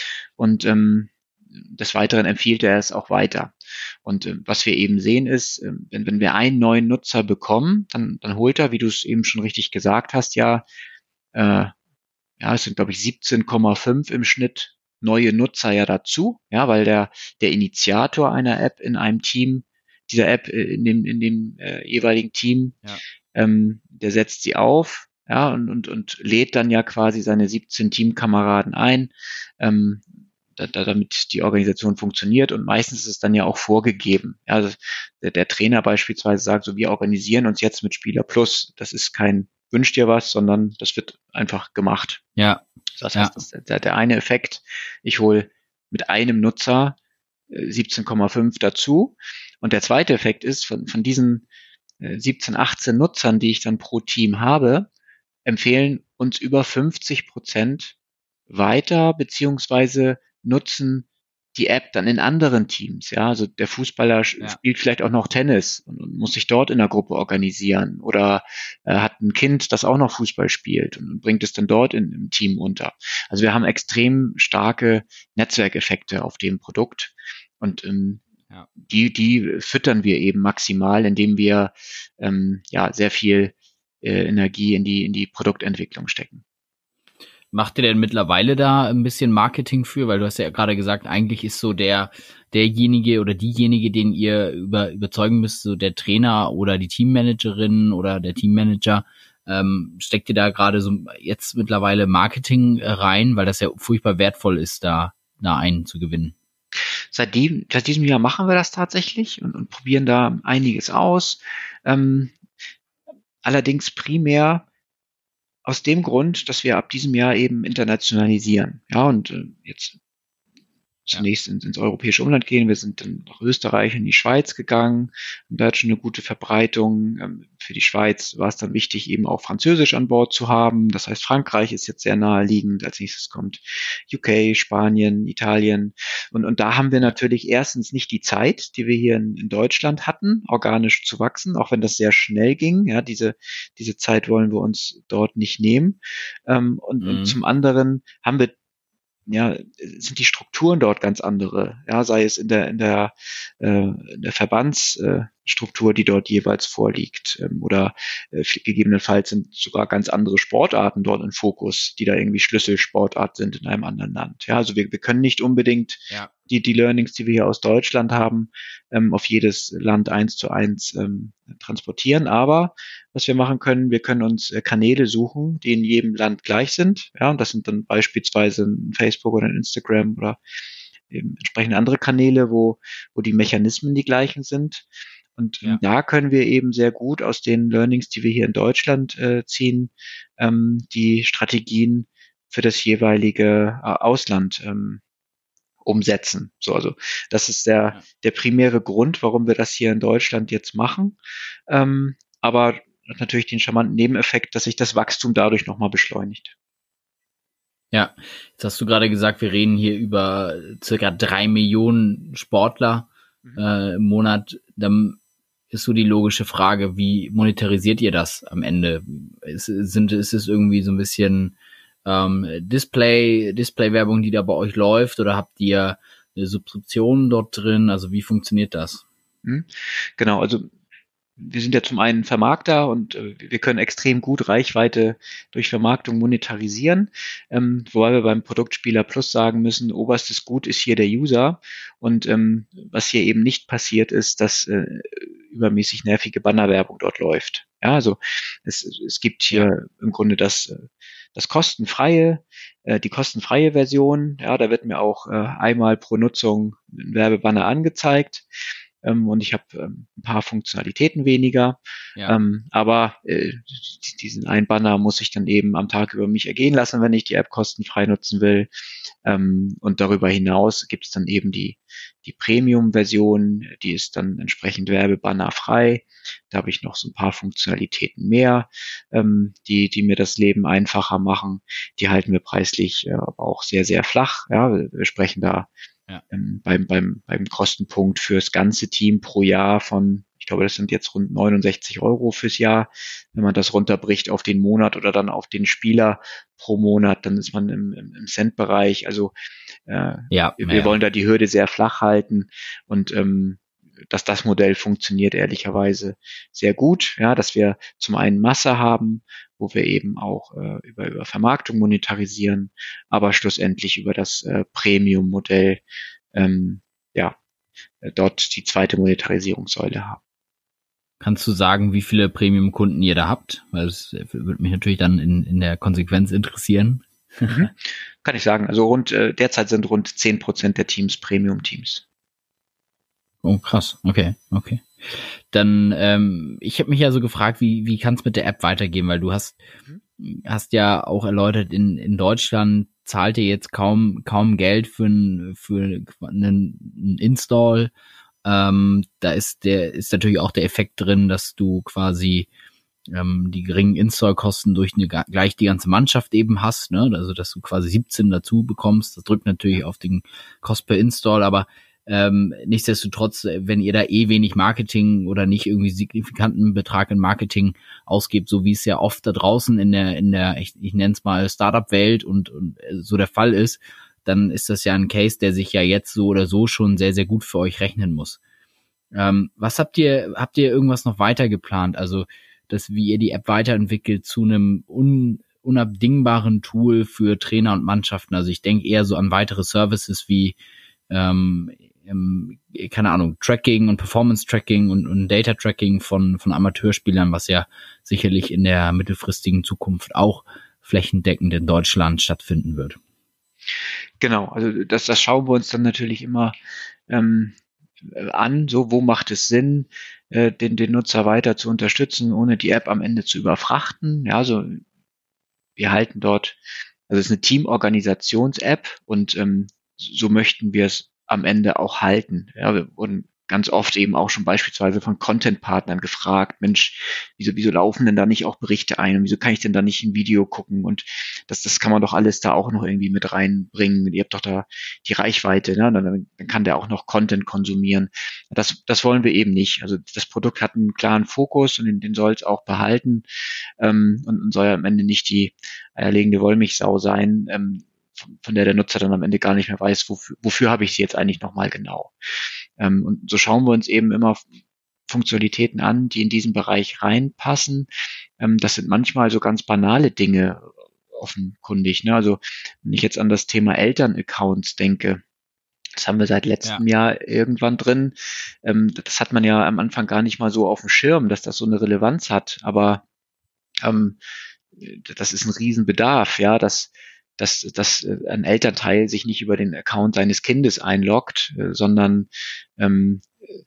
und ähm, des Weiteren empfiehlt er es auch weiter. Und äh, was wir eben sehen ist, äh, wenn, wenn wir einen neuen Nutzer bekommen, dann, dann holt er, wie du es eben schon richtig gesagt hast, ja, äh, ja, es sind glaube ich siebzehn Komma fünf im Schnitt neue Nutzer ja dazu, ja, weil der, der Initiator einer App in einem Team, dieser App äh, in dem, in dem äh, jeweiligen Team, Ja. ähm, der setzt sie auf, ja, und, und, und lädt dann ja quasi seine siebzehn Teamkameraden ein, ähm, da, da, damit die Organisation funktioniert und meistens ist es dann ja auch vorgegeben. Ja, also der, der Trainer beispielsweise sagt so, wir organisieren uns jetzt mit Spieler Plus. Das ist kein Wünsch dir was, sondern das wird einfach gemacht. Ja. Das Ja. heißt, das ist der, der eine Effekt, ich hole mit einem Nutzer äh, siebzehn Komma fünf dazu und der zweite Effekt ist, von, von diesen äh, siebzehn, achtzehn Nutzern, die ich dann pro Team habe, empfehlen uns über fünfzig Prozent weiter, beziehungsweise nutzen die App dann in anderen Teams. Ja, also der Fußballer Ja. spielt vielleicht auch noch Tennis und, und muss sich dort in der Gruppe organisieren oder äh, hat ein Kind, das auch noch Fußball spielt und, und bringt es dann dort in, im Team unter. Also wir haben extrem starke Netzwerkeffekte auf dem Produkt und ähm, Ja. die, die füttern wir eben maximal, indem wir ähm, ja sehr viel äh, Energie in die in die Produktentwicklung stecken. Macht ihr denn mittlerweile da ein bisschen Marketing für? Weil du hast ja gerade gesagt, eigentlich ist so der derjenige oder diejenige, den ihr über, überzeugen müsst, so der Trainer oder die Teammanagerin oder der Teammanager. Ähm, steckt ihr da gerade so jetzt mittlerweile Marketing äh, rein, weil das ja furchtbar wertvoll ist, da, da einen zu gewinnen? Seit, dem, seit diesem Jahr machen wir das tatsächlich und, und probieren da einiges aus. Ähm, allerdings primär aus dem Grund, dass wir ab diesem Jahr eben internationalisieren. Ja, und äh, jetzt Ja. zunächst ins, ins europäische Umland gehen. Wir sind dann nach Österreich und in die Schweiz gegangen. Und da hat schon eine gute Verbreitung. Ähm, Für die Schweiz war es dann wichtig, eben auch Französisch an Bord zu haben. Das heißt, Frankreich ist jetzt sehr naheliegend. Als nächstes kommt U K, Spanien, Italien. Und, und da haben wir natürlich erstens nicht die Zeit, die wir hier in, in Deutschland hatten, organisch zu wachsen, auch wenn das sehr schnell ging. Ja, diese, diese Zeit wollen wir uns dort nicht nehmen. Ähm, und, und Mhm. zum anderen haben wir ja, sind die Strukturen dort ganz andere, ja, sei es in der, in der, äh, in der Verbands, äh, Struktur, die dort jeweils vorliegt. Ähm, oder äh, gegebenenfalls sind sogar ganz andere Sportarten dort im Fokus, die da irgendwie Schlüsselsportart sind in einem anderen Land. Ja, also wir, wir können nicht unbedingt Ja. die, die Learnings, die wir hier aus Deutschland haben, ähm, auf jedes Land eins zu eins ähm, transportieren. Aber was wir machen können, wir können uns äh, Kanäle suchen, die in jedem Land gleich sind. Ja, und das sind dann beispielsweise ein Facebook oder ein Instagram oder eben entsprechende andere Kanäle, wo, wo die Mechanismen die gleichen sind. Und Ja. da können wir eben sehr gut aus den Learnings, die wir hier in Deutschland äh, ziehen, ähm, die Strategien für das jeweilige äh, Ausland ähm, umsetzen. So, also das ist der, Ja. der primäre Grund, warum wir das hier in Deutschland jetzt machen. Ähm, aber natürlich den charmanten Nebeneffekt, dass sich das Wachstum dadurch nochmal beschleunigt. Ja, jetzt hast du gerade gesagt, wir reden hier über circa drei Millionen Sportler Mhm. äh, im Monat. Dann ist so die logische Frage, wie monetarisiert ihr das am Ende? Ist, sind, ist es irgendwie so ein bisschen ähm, Display, Display-Werbung, die da bei euch läuft, oder habt ihr eine Subskription dort drin? Also wie funktioniert das? Mhm. Genau, also wir sind ja zum einen Vermarkter und äh, wir können extrem gut Reichweite durch Vermarktung monetarisieren, ähm, wobei wir beim Produktspieler Plus sagen müssen, oberstes Gut ist hier der User, und ähm, was hier eben nicht passiert ist, dass äh, übermäßig nervige Bannerwerbung dort läuft. Ja, also es, es gibt hier Ja. im Grunde das, das kostenfreie, äh, die kostenfreie Version. Ja, da wird mir auch äh, einmal pro Nutzung ein Werbebanner angezeigt. Ähm, und ich habe ähm, ein paar Funktionalitäten weniger, Ja. ähm, aber äh, diesen einen Banner muss ich dann eben am Tag über mich ergehen lassen, wenn ich die App kostenfrei nutzen will. Ähm, und darüber hinaus gibt es dann eben die, die Premium-Version, die ist dann entsprechend werbebannerfrei. Da habe ich noch so ein paar Funktionalitäten mehr, ähm, die, die mir das Leben einfacher machen. Die halten wir preislich äh, aber auch sehr, sehr flach. Ja, wir, wir sprechen da Ja. ähm, beim, beim, beim Kostenpunkt fürs ganze Team pro Jahr von, ich glaube, das sind jetzt rund neunundsechzig Euro fürs Jahr. Wenn man das runterbricht auf den Monat oder dann auf den Spieler pro Monat, dann ist man im, im, im Cent-Bereich. Also äh, Ja, wir, ja, wir ja. wollen da die Hürde sehr flach halten, und ähm, dass das Modell funktioniert ehrlicherweise sehr gut, ja, dass wir zum einen Masse haben, wo wir eben auch äh, über, über Vermarktung monetarisieren, aber schlussendlich über das äh, Premium-Modell ähm, ja, äh, dort die zweite Monetarisierungssäule haben. Kannst du sagen, wie viele Premium-Kunden ihr da habt? Weil das würde mich natürlich dann in, in der Konsequenz interessieren. Mhm. Kann ich sagen. Also rund äh, derzeit sind rund zehn Prozent der Teams Premium-Teams. Oh, krass. Okay, okay. Dann, ähm, ich habe mich ja so gefragt, wie, wie kann es mit der App weitergehen? Weil du hast, hast ja auch erläutert, in, in Deutschland zahlt ihr jetzt kaum, kaum Geld für, ein, für einen, einen Install. Ähm, da ist der, ist natürlich auch der Effekt drin, dass du quasi ähm, die geringen Installkosten durch eine, gleich die ganze Mannschaft eben hast, ne? Also, dass du quasi siebzehn dazu bekommst. Das drückt natürlich auf den Cost per Install, aber Ähm, nichtsdestotrotz, wenn ihr da eh wenig Marketing oder nicht irgendwie signifikanten Betrag in Marketing ausgebt, so wie es ja oft da draußen in der, in der, ich, ich nenne es mal Startup-Welt und, und so der Fall ist, dann ist das ja ein Case, der sich ja jetzt so oder so schon sehr, sehr gut für euch rechnen muss. Ähm, was habt ihr, habt ihr irgendwas noch weiter geplant? Also, dass wie ihr die App weiterentwickelt zu einem un, unabdingbaren Tool für Trainer und Mannschaften? Also ich denke eher so an weitere Services wie ähm, ähm, keine Ahnung, Tracking und Performance-Tracking und, und Data-Tracking von, von Amateurspielern, was ja sicherlich in der mittelfristigen Zukunft auch flächendeckend in Deutschland stattfinden wird. Genau, also das, das schauen wir uns dann natürlich immer ähm, an, so wo macht es Sinn, äh, den, den Nutzer weiter zu unterstützen, ohne die App am Ende zu überfrachten. Ja, also wir halten dort, also es ist eine Teamorganisations-App, und ähm, so möchten wir es am Ende auch halten. Ja, wir wurden ganz oft eben auch schon beispielsweise von Content-Partnern gefragt, Mensch, wieso, wieso laufen denn da nicht auch Berichte ein, und wieso kann ich denn da nicht ein Video gucken, und das, das kann man doch alles da auch noch irgendwie mit reinbringen. Ihr habt doch da die Reichweite, ne? Dann, dann kann der auch noch Content konsumieren. Das, das wollen wir eben nicht. Also das Produkt hat einen klaren Fokus, und den, den soll es auch behalten, ähm, und, und soll am Ende nicht die eierlegende Wollmilchsau sein, ähm, von, von der der Nutzer dann am Ende gar nicht mehr weiß, wofür, wofür habe ich sie jetzt eigentlich nochmal genau. Ähm, und so schauen wir uns eben immer Funktionalitäten an, die in diesen Bereich reinpassen. Ähm, das sind manchmal so ganz banale Dinge, offenkundig. Ne? Also wenn ich jetzt an das Thema Elternaccounts denke, das haben wir seit letztem Ja. Jahr irgendwann drin. Ähm, das hat man ja am Anfang gar nicht mal so auf dem Schirm, dass das so eine Relevanz hat. Aber ähm, das ist ein Riesenbedarf, ja, dass, dass, dass ein Elternteil sich nicht über den Account seines Kindes einloggt, äh, sondern ähm,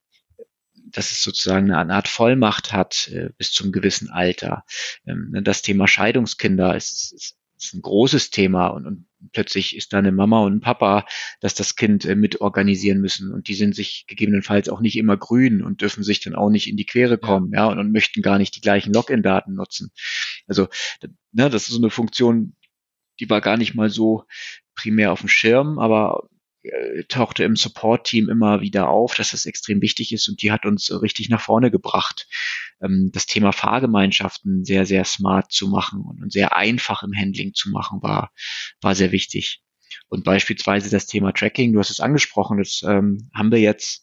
dass es sozusagen eine Art Vollmacht hat äh, bis zum gewissen Alter. Ähm, das Thema Scheidungskinder ist, ist, ist ein großes Thema und, und plötzlich ist da eine Mama und ein Papa, dass das Kind äh, mit organisieren müssen und die sind sich gegebenenfalls auch nicht immer grün und dürfen sich dann auch nicht in die Quere Ja. kommen, ja, und, und möchten gar nicht die gleichen Login-Daten nutzen. Also, ne, das ist so eine Funktion, die war gar nicht mal so primär auf dem Schirm, aber äh, tauchte im Support-Team immer wieder auf, dass das extrem wichtig ist und die hat uns äh, richtig nach vorne gebracht. Ähm, das Thema Fahrgemeinschaften sehr, sehr smart zu machen und, und sehr einfach im Handling zu machen, war, war sehr wichtig. Und beispielsweise das Thema Tracking, du hast es angesprochen, das ähm, haben wir jetzt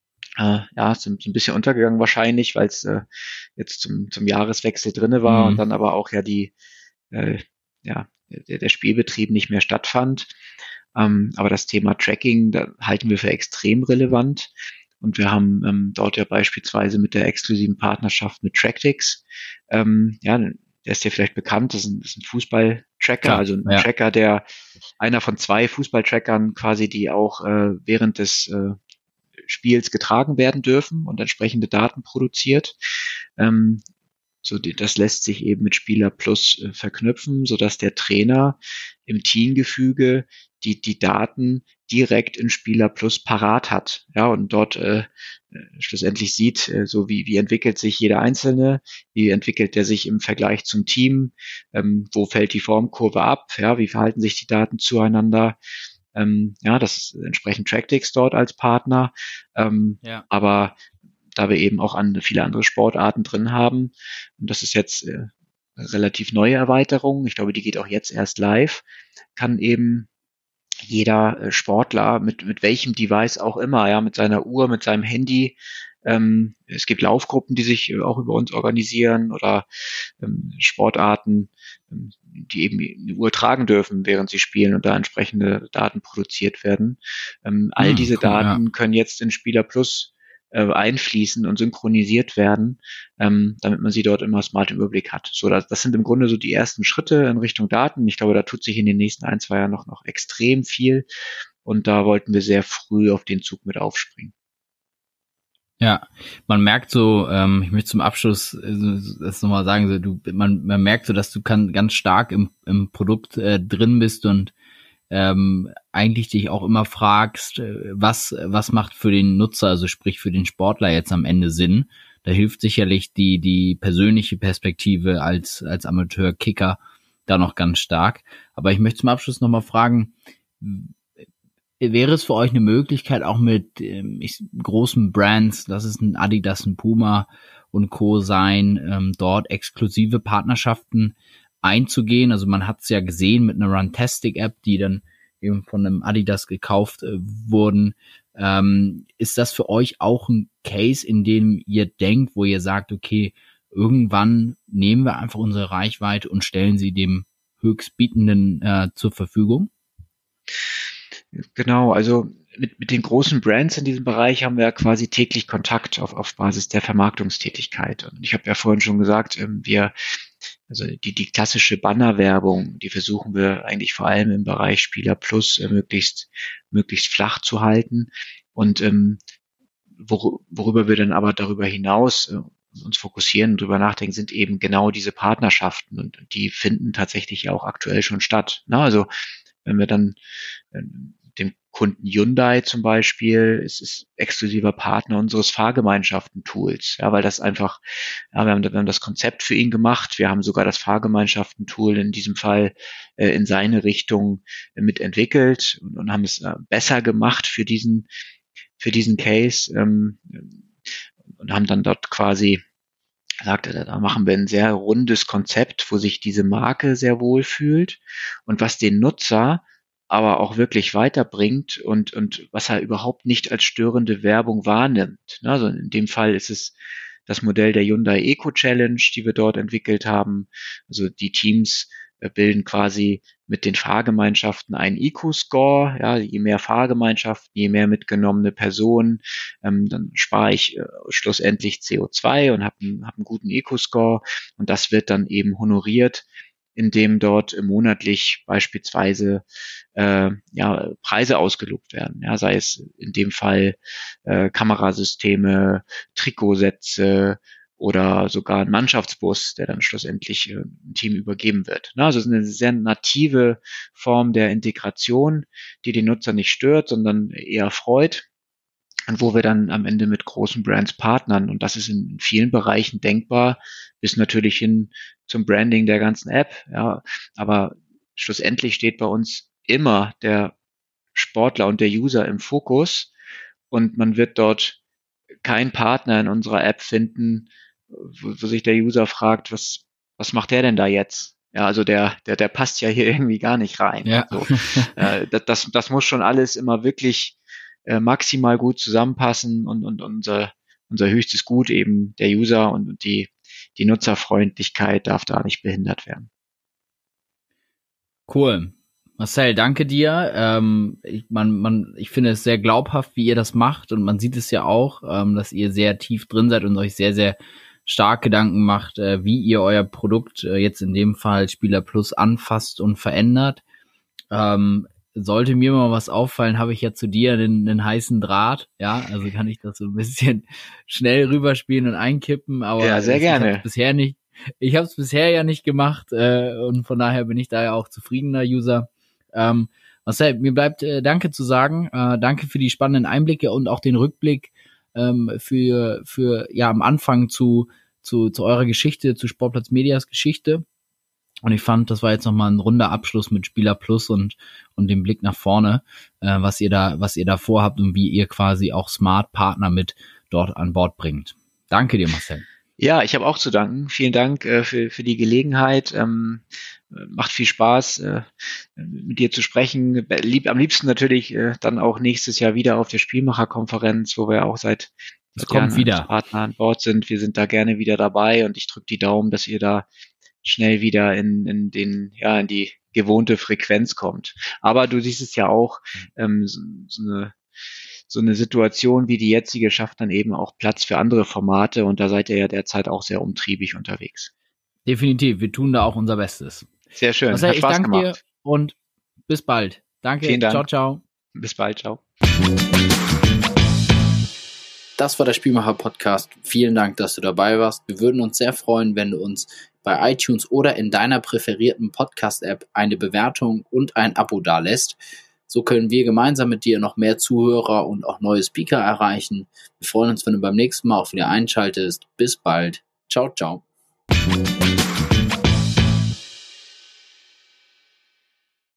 äh, ja, so, so ein bisschen untergegangen wahrscheinlich, weil es äh, jetzt zum, zum Jahreswechsel drinne war und Mhm. dann aber auch ja die äh, ja, der, der Spielbetrieb nicht mehr stattfand. Ähm, aber das Thema Tracking, da halten wir für extrem relevant. Und wir haben ähm, dort ja beispielsweise mit der exklusiven Partnerschaft mit Tractix, ähm, ja, der ist dir vielleicht bekannt, das ist ein, das ist ein Fußball-Tracker, Klar, also ein ja. Tracker, der einer von zwei Fußball-Trackern quasi, die auch äh, während des äh, Spiels getragen werden dürfen und entsprechende Daten produziert. Ähm, so, das lässt sich eben mit Spieler Plus äh, verknüpfen, so dass der Trainer im Teamgefüge die, die Daten direkt in Spieler Plus parat hat. Ja, und dort äh, schlussendlich sieht, äh, so wie, wie entwickelt sich jeder Einzelne, wie entwickelt er sich im Vergleich zum Team, ähm, wo fällt die Formkurve ab, ja, wie verhalten sich die Daten zueinander. Ähm, ja, das ist entsprechend Tractix dort als Partner. Ähm, Ja. aber da wir eben auch an viele andere Sportarten drin haben. Und das ist jetzt äh, eine relativ neue Erweiterung. Ich glaube, die geht auch jetzt erst live. Kann eben jeder äh, Sportler mit, mit welchem Device auch immer, ja, mit seiner Uhr, mit seinem Handy. Ähm, es gibt Laufgruppen, die sich äh, auch über uns organisieren oder ähm, Sportarten, ähm, die eben eine Uhr tragen dürfen, während sie spielen und da entsprechende Daten produziert werden. Ähm, all Mhm, diese cool, ja. Daten können jetzt in Spieler Plus äh, einfließen und synchronisiert werden, ähm, damit man sie dort immer smart im Überblick hat. So, das, das sind im Grunde so die ersten Schritte in Richtung Daten. Ich glaube, da tut sich in den nächsten ein, zwei Jahren noch, noch extrem viel und da wollten wir sehr früh auf den Zug mit aufspringen. Ja, man merkt so, ähm, ich möchte zum Abschluss äh, das nochmal sagen, so, du, man, man merkt so, dass du kann, ganz stark im, im Produkt äh, drin bist und ähm, eigentlich dich auch immer fragst, äh, was, was macht für den Nutzer, also sprich für den Sportler jetzt am Ende Sinn. Da hilft sicherlich die, die persönliche Perspektive als, als Amateur-Kicker da noch ganz stark. Aber ich möchte zum Abschluss nochmal fragen, wäre es für euch eine Möglichkeit, auch mit ähm, ich, großen Brands, das ist ein Adidas, ein Puma und Co. sein, ähm, dort exklusive Partnerschaften einzugehen? Also man hat es ja gesehen mit einer Runtastic-App, die dann eben von einem Adidas gekauft äh, wurden. Ähm, ist das für euch auch ein Case, in dem ihr denkt, wo ihr sagt, okay, irgendwann nehmen wir einfach unsere Reichweite und stellen sie dem Höchstbietenden äh, zur Verfügung? Genau, also mit, mit den großen Brands in diesem Bereich haben wir ja quasi täglich Kontakt auf, auf Basis der Vermarktungstätigkeit. Und ich habe ja vorhin schon gesagt, ähm, wir, also die, die klassische Bannerwerbung, die versuchen wir eigentlich vor allem im Bereich Spieler Plus äh, möglichst, möglichst flach zu halten. Und ähm, wor worüber wir dann aber darüber hinaus äh, uns fokussieren und drüber nachdenken, sind eben genau diese Partnerschaften und die finden tatsächlich ja auch aktuell schon statt. Na, also wenn wir dann äh, dem Kunden Hyundai zum Beispiel, es ist exklusiver Partner unseres Fahrgemeinschaften-Tools, ja, weil das einfach, ja, wir haben, wir haben das Konzept für ihn gemacht, wir haben sogar das Fahrgemeinschaften-Tool in diesem Fall äh, in seine Richtung äh, mitentwickelt und, und haben es äh, besser gemacht für diesen, für diesen Case ähm, und haben dann dort quasi sagte er, da machen wir ein sehr rundes Konzept, wo sich diese Marke sehr wohl fühlt und was den Nutzer aber auch wirklich weiterbringt und, und was er überhaupt nicht als störende Werbung wahrnimmt. Also in dem Fall ist es das Modell der Hyundai Eco Challenge, die wir dort entwickelt haben. Also die Teams bilden quasi mit den Fahrgemeinschaften einen Eco-Score. Ja, je mehr Fahrgemeinschaften, je mehr mitgenommene Personen, ähm, dann spare ich äh, schlussendlich C O zwei und habe einen, hab einen guten Eco-Score. Und das wird dann eben honoriert, indem dort monatlich beispielsweise äh, ja, Preise ausgelobt werden. Ja, sei es in dem Fall äh, Kamerasysteme, Trikotsätze oder sogar ein Mannschaftsbus, der dann schlussendlich äh, ein Team übergeben wird. Na, also es ist eine sehr native Form der Integration, die den Nutzer nicht stört, sondern eher freut. Und wo wir dann am Ende mit großen Brands partnern. Und das ist in vielen Bereichen denkbar, bis natürlich hin zum Branding der ganzen App. Ja, aber schlussendlich steht bei uns immer der Sportler und der User im Fokus. Und man wird dort keinen Partner in unserer App finden, wo, wo sich der User fragt, was, was macht der denn da jetzt? Ja, also der, der, der passt ja hier irgendwie gar nicht rein. Ja. So, äh, das, das, das muss schon alles immer wirklich äh, maximal gut zusammenpassen und, und unser, unser höchstes Gut eben der User und, und die, die Nutzerfreundlichkeit darf da nicht behindert werden. Cool. Marcel, danke dir. Ähm, ich, man, man, ich finde es sehr glaubhaft, wie ihr das macht und man sieht es ja auch, ähm, dass ihr sehr tief drin seid und euch sehr, sehr stark Gedanken macht, äh, wie ihr euer Produkt, äh, jetzt in dem Fall Spieler Plus, anfasst und verändert. Ähm, sollte mir mal was auffallen, habe ich ja zu dir einen, einen heißen Draht, ja, also kann ich das so ein bisschen schnell rüberspielen und einkippen, aber ja, sehr ich, gerne. ich habe es bisher nicht, ich habe es bisher ja nicht gemacht äh, und von daher bin ich da ja auch zufriedener User. Ähm, Marcel, mir bleibt äh, Danke zu sagen, äh, danke für die spannenden Einblicke und auch den Rückblick ähm, für für ja am Anfang zu zu zu eurer Geschichte, zu Sportplatz Medias Geschichte. Und ich fand, das war jetzt nochmal ein runder Abschluss mit Spieler Plus und und dem Blick nach vorne, äh, was ihr da was ihr da vorhabt und wie ihr quasi auch Smart Partner mit dort an Bord bringt. Danke dir, Marcel. Ja, ich habe auch zu danken. Vielen Dank äh, für für die Gelegenheit. Ähm, macht viel Spaß, äh, mit dir zu sprechen. Lieb, am liebsten natürlich äh, dann auch nächstes Jahr wieder auf der Spielmacher-Konferenz, wo wir auch seit, seit Jahren wieder. als Partner an Bord sind. Wir sind da gerne wieder dabei und ich drücke die Daumen, dass ihr da schnell wieder in, in den, ja, in die gewohnte Frequenz kommt. Aber du siehst es ja auch, ähm, so, so eine so eine Situation wie die jetzige schafft dann eben auch Platz für andere Formate und da seid ihr ja derzeit auch sehr umtriebig unterwegs. Definitiv, wir tun da auch unser Bestes. Sehr schön, Marcel, hat Spaß ich danke gemacht. dir und bis bald. Danke, Vielen Dank. Ciao, ciao. Bis bald, ciao. Das war der Spielmacher-Podcast. Vielen Dank, dass du dabei warst. Wir würden uns sehr freuen, wenn du uns bei iTunes oder in deiner präferierten Podcast-App eine Bewertung und ein Abo dalässt. So können wir gemeinsam mit dir noch mehr Zuhörer und auch neue Speaker erreichen. Wir freuen uns, wenn du beim nächsten Mal auch wieder einschaltest. Bis bald. Ciao, ciao.